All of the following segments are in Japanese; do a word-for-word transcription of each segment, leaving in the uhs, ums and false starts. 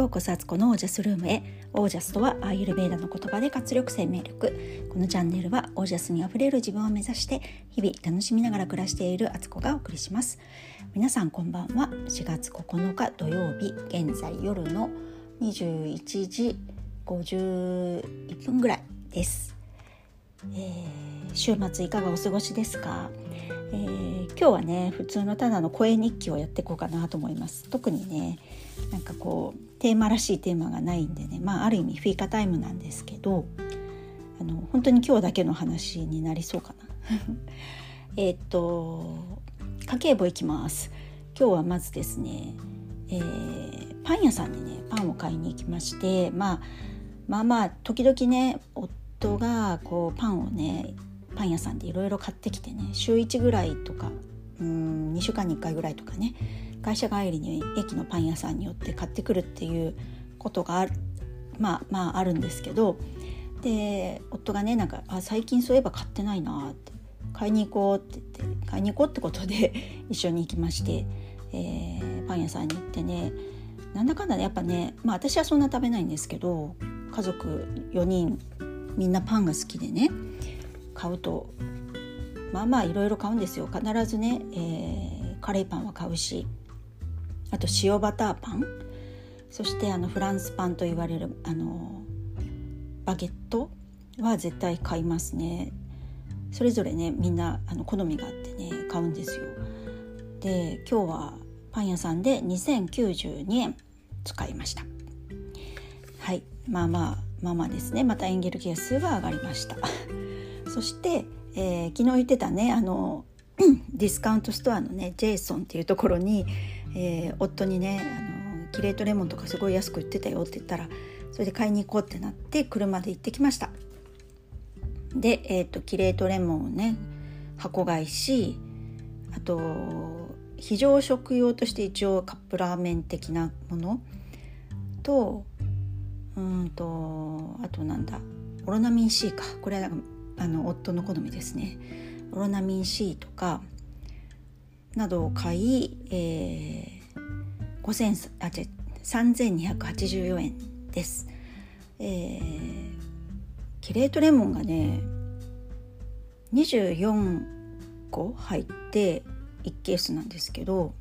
うこそアツコのオージャスルームへ。オージャスとはアーユルベーダの言葉で活力生命力。このチャンネルはオージャスにあふれる自分を目指して日々楽しみながら暮らしているアツコがお送りします。皆さんこんばんは。しがつここのか土曜日、現在夜のにじゅういちじごじゅういっぷんぐらいです。えー、週末いかがお過ごしですか？えー、今日はね普通のただの声日記をやっていこうかなと思います。特にねなんかこうテーマらしいテーマがないんでね、まあある意味フィーカタイムなんですけど、あの本当に今日だけの話になりそうかなえっと家計簿いきます。今日はまずですね、えー、パン屋さんにねパンを買いに行きまして、まあまあまあ時々ね夫がこうパンをねパン屋さんでいろいろ買ってきてね、週いちぐらいとかうーんにしゅうかんにいっかいぐらいとかね、会社帰りに駅のパン屋さんに寄って買ってくるっていうことがある、まあまああるんですけど、で夫がねなんかあ最近そういえば買ってないなって買いに行こうって言って買いに行こうってことで一緒に行きまして、えー、パン屋さんに行ってね、なんだかんだねやっぱね、まあ私はそんな食べないんですけど、家族よにんみんなパンが好きでね買うとまあまあいろいろ買うんですよ。必ずね、えー、カレーパンは買うし、あと塩バターパン、そしてあのフランスパンと言われるあのバゲットは絶対買いますね。それぞれねみんなあの好みがあってね買うんですよ。で今日はパン屋さんでにせんきゅうじゅうにえん使いました。はい、まあまあまあまあですね。またエンゲル係数は上がりましたそして、えー、昨日言ってたねあのディスカウントストアのねジェイソンっていうところに、えー、夫にねあのキレートレモンとかすごい安く売ってたよって言ったら、それで買いに行こうってなって車で行ってきました。で、えーと、キレートレモンをね箱買いし、あと非常食用として一応カップラーメン的なものとうんとあとなんだオロナミン C か、これはあの夫の好みですね。オロナミン C とかなどを買い、えー、ごせんあ違うさんぜんにひゃくはちじゅうよえんです。えー、キレートレモンがねにじゅうよんこ入っていちケースなんですけど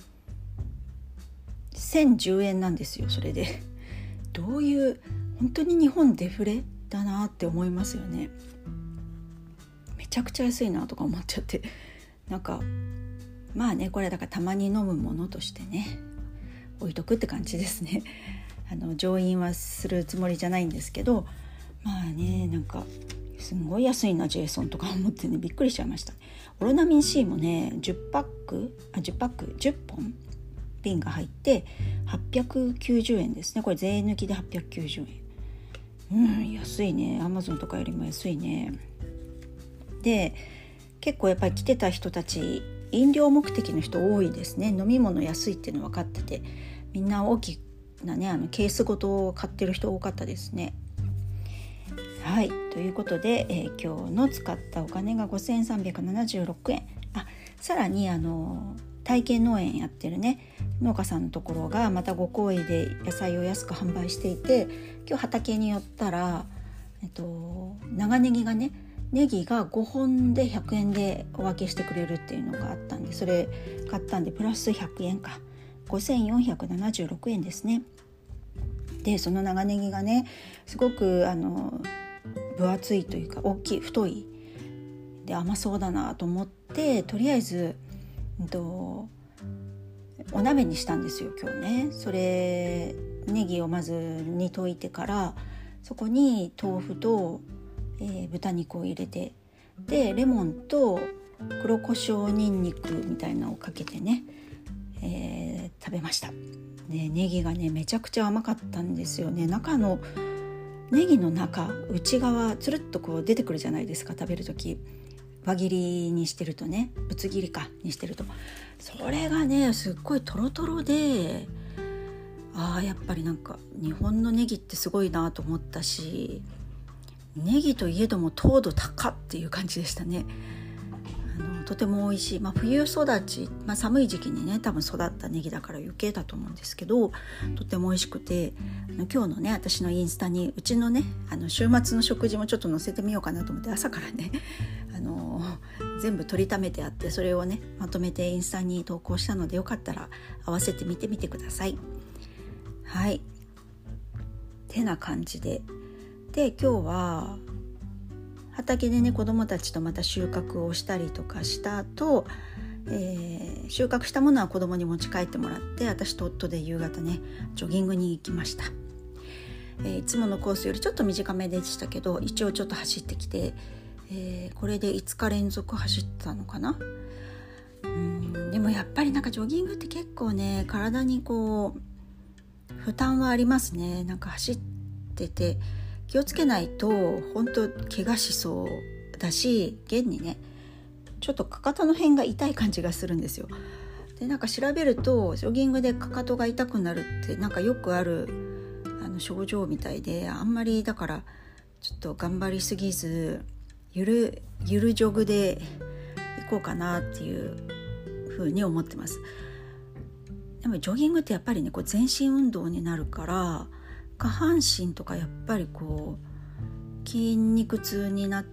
せんじゅうえんなんですよ。それでどういう本当に日本デフレだなって思いますよね。めちゃくちゃ安いなとか思っちゃって、なんかまあねこれだからたまに飲むものとしてね置いとくって感じですね。あの上飲はするつもりじゃないんですけど、まあねなんかすごい安いなジェイソンとか思ってねびっくりしちゃいました。オロナミン C もねじゅっパックあじゅっパックじゅっぽん瓶が入ってはっぴゃくきゅうじゅうえんですね。これ税抜きではっぴゃくきゅうじゅうえん。うん安いね。アマゾンとかよりも安いね。で結構やっぱり来てた人たち飲料目的の人多いですね。飲み物安いっていうの分かってて、みんな大きなねあのケースごと買ってる人多かったですね。はいということで、えー、今日の使ったお金がごせんさんびゃくななじゅうろくえん。あさらにあの体験農園やってるね農家さんのところがまたご好意で野菜を安く販売していて、今日畑に寄ったら、えっと、長ネギがねネギがごほんでひゃくえんでお分けしてくれるっていうのがあったんで、それ買ったんでプラスひゃくえんかごせんよんひゃくななじゅうろくえんですね。でその長ネギがねすごくあの分厚いというか大きい太いで甘そうだなと思って、とりあえず、えっと、お鍋にしたんですよ今日ね。それネギをまず煮といてから、そこに豆腐と、えー、豚肉を入れて、でレモンと黒胡椒ニンニクみたいなのをかけてね、えー、食べました。でネギがねめちゃくちゃ甘かったんですよね。中のネギの中内側つるっとこう出てくるじゃないですか、食べるとき輪切りにしてるとね、ぶつ切りかにしてると、それがねすっごいトロトロで、あーやっぱりなんか日本のネギってすごいなと思ったし、ネギといえども糖度高っていう感じでしたね。 あのとても美味しい、まあ、冬育ち、まあ、寒い時期にね多分育ったネギだから余計だと思うんですけど、とても美味しくて、あの今日のね私のインスタにうちのねあの週末の食事もちょっと載せてみようかなと思って、朝からねあの全部取りためてあって、それをねまとめてインスタに投稿したので、よかったら合わせてみてみてください。はいてな感じで、で今日は畑でね子どもたちとまた収穫をしたりとかした後、えー、収穫したものは子どもに持ち帰ってもらって、私と夫で夕方ねジョギングに行きました。えー、いつものコースよりちょっと短めでしたけど、一応ちょっと走ってきて、えー、これでいつか連続走ったのかな。うんでもやっぱりなんかジョギングって結構ね体にこう負担はありますね。なんか走ってて気をつけないと本当怪我しそうだし、現にねちょっとかかとの辺が痛い感じがするんですよ。でなんか調べるとジョギングでかかとが痛くなるってなんかよくあるあの症状みたいで、あんまりだからちょっと頑張りすぎずゆるゆるジョグで行こうかなっていうふうに思ってます。でもジョギングってやっぱりねこう全身運動になるから、下半身とかやっぱりこう筋肉痛になって、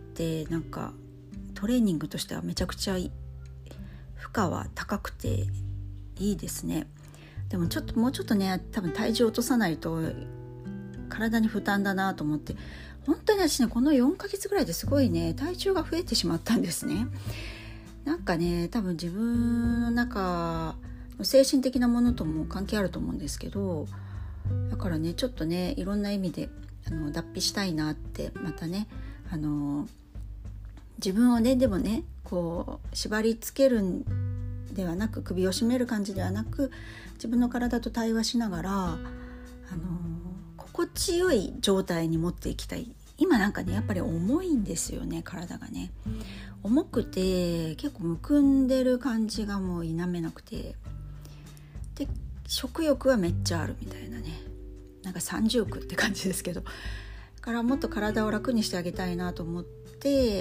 なんかトレーニングとしてはめちゃくちゃ負荷は高くていいですね。でもちょっともうちょっとね多分体重落とさないと体に負担だなと思って、本当に私ねこのよんかげつぐらいですごいね体重が増えてしまったんですね。なんかね多分自分の中精神的なものとも関係あると思うんですけど、だからねちょっとねいろんな意味であの脱皮したいなって、またねあの自分をねでもねこう縛りつけるんではなく、首を絞める感じではなく、自分の体と対話しながらあの心地よい状態に持っていきたい。今なんかねやっぱり重いんですよね、体がね重くて結構むくんでる感じがもう否めなくて、で食欲はめっちゃあるみたいなね、なんか三重苦って感じですけど、だからもっと体を楽にしてあげたいなと思って、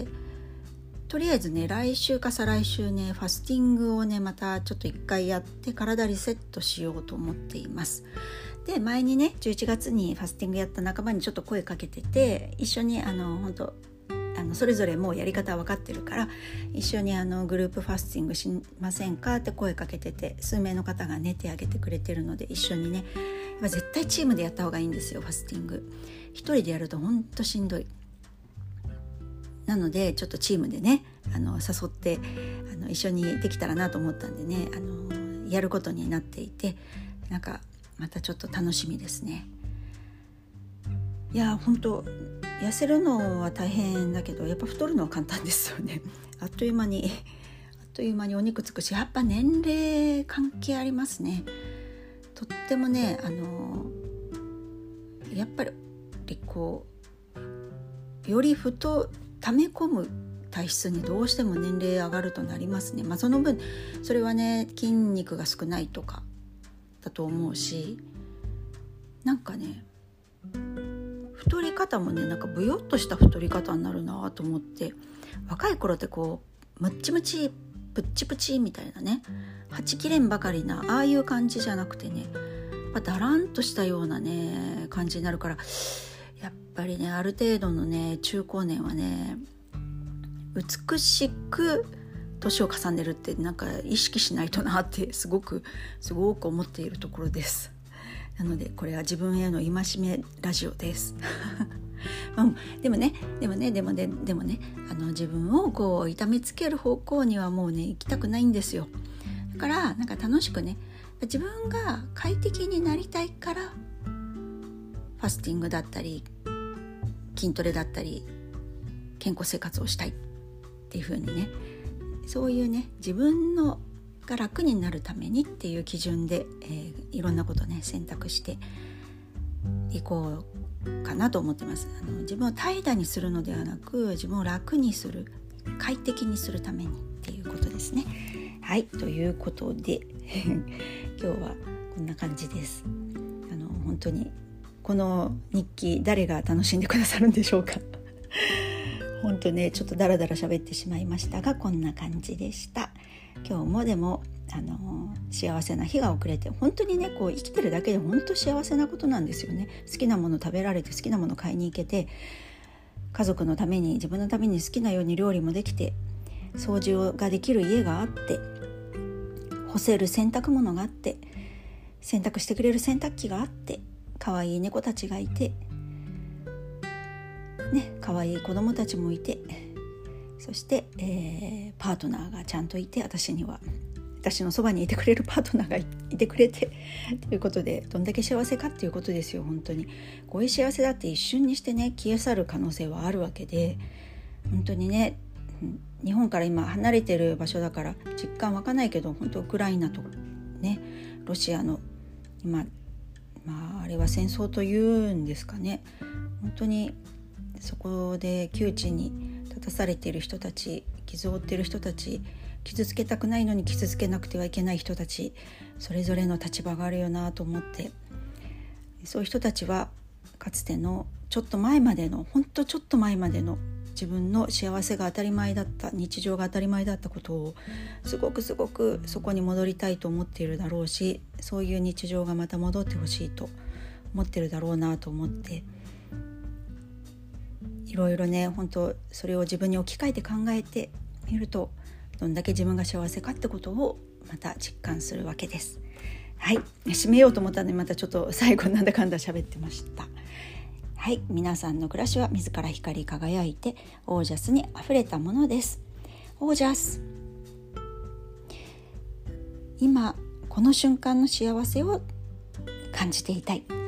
とりあえずね来週か再来週ねファスティングをねまたちょっと一回やって体リセットしようと思っています。で前にねじゅういちがつにファスティングやった仲間にちょっと声かけてて、一緒にあの本当あのそれぞれもうやり方は分かってるから一緒にあのグループファスティングしませんかって声かけてて、数名の方がね手挙げてくれてるので一緒にね、絶対チームでやった方がいいんですよファスティング。一人でやるとほんとしんどい。なのでちょっとチームでねあの誘ってあの一緒にできたらなと思ったんでね、あのやることになっていて、なんかまたちょっと楽しみですね。いや本当痩せるのは大変だけどやっぱ太るのは簡単ですよね。あっという間にあっという間にお肉つくし、やっぱ年齢関係ありますね。とってもねあのやっぱりこうより太溜め込む体質にどうしても年齢上がるとなりますね。まあその分それはね筋肉が少ないとかだと思うし、なんかね太り方もねなんかブヨっとした太り方になるなと思って、若い頃ってこうムッチムチプッチプチみたいなね、はち切れんばかりなああいう感じじゃなくてね、やっぱだらんとしたようなね感じになるから、やっぱりねある程度のね中高年はね美しく年を重ねるってなんか意識しないとなってすごくすごく思っているところです。なのでこれは自分への戒めラジオですでもねでもねでもねでもねあの自分をこう痛めつける方向にはもうね行きたくないんですよ。だからなんか楽しくね自分が快適になりたいからファスティングだったり筋トレだったり健康生活をしたいっていう風にね、そういうね自分のが楽になるためにっていう基準で、えー、いろんなことね選択していこうかなと思ってます。あの自分を怠惰にするのではなく自分を楽にする快適にするためにっていうことですね。はい、ということで今日はこんな感じです。あの本当にこの日記誰が楽しんでくださるんでしょうか本当ねちょっとダラダラ喋ってしまいましたが、こんな感じでした。今日もでもあの幸せな日が遅れて、本当にねこう生きてるだけで本当幸せなことなんですよね。好きなもの食べられて、好きなもの買いに行けて、家族のために自分のために好きなように料理もできて、掃除ができる家があって、干せる洗濯物があって、洗濯してくれる洗濯機があって、可愛い猫たちがいてね、可愛い子供たちもいて、そして、えー、パートナーがちゃんといて、私には私のそばにいてくれるパートナーが い, いてくれてということで、どんだけ幸せかっていうことですよ。本当にこういう幸せだって一瞬にしてね消え去る可能性はあるわけで、本当にね日本から今離れてる場所だから実感湧かないけど、本当ウクライナとねロシアの今、まあ、あれは戦争というんですかね、本当にそこで窮地に立たされている人たち、傷を負っている人たち、傷つけたくないのに傷つけなくてはいけない人たち、それぞれの立場があるよなと思って、そういう人たちはかつてのちょっと前までの本当ちょっと前までの自分の幸せが当たり前だった、日常が当たり前だったことをすごくすごくそこに戻りたいと思っているだろうし、そういう日常がまた戻ってほしいと思ってるだろうなと思って、いろいろね本当それを自分に置き換えて考えてみると、どんだけ自分が幸せかってことをまた実感するわけです。はい、締めようと思ったのでまたちょっと最後なんだかんだ喋ってました。はい、皆さんの暮らしは自ら光り輝いてオージャスにあふれたものです。オージャス、今この瞬間の幸せを感じていたい、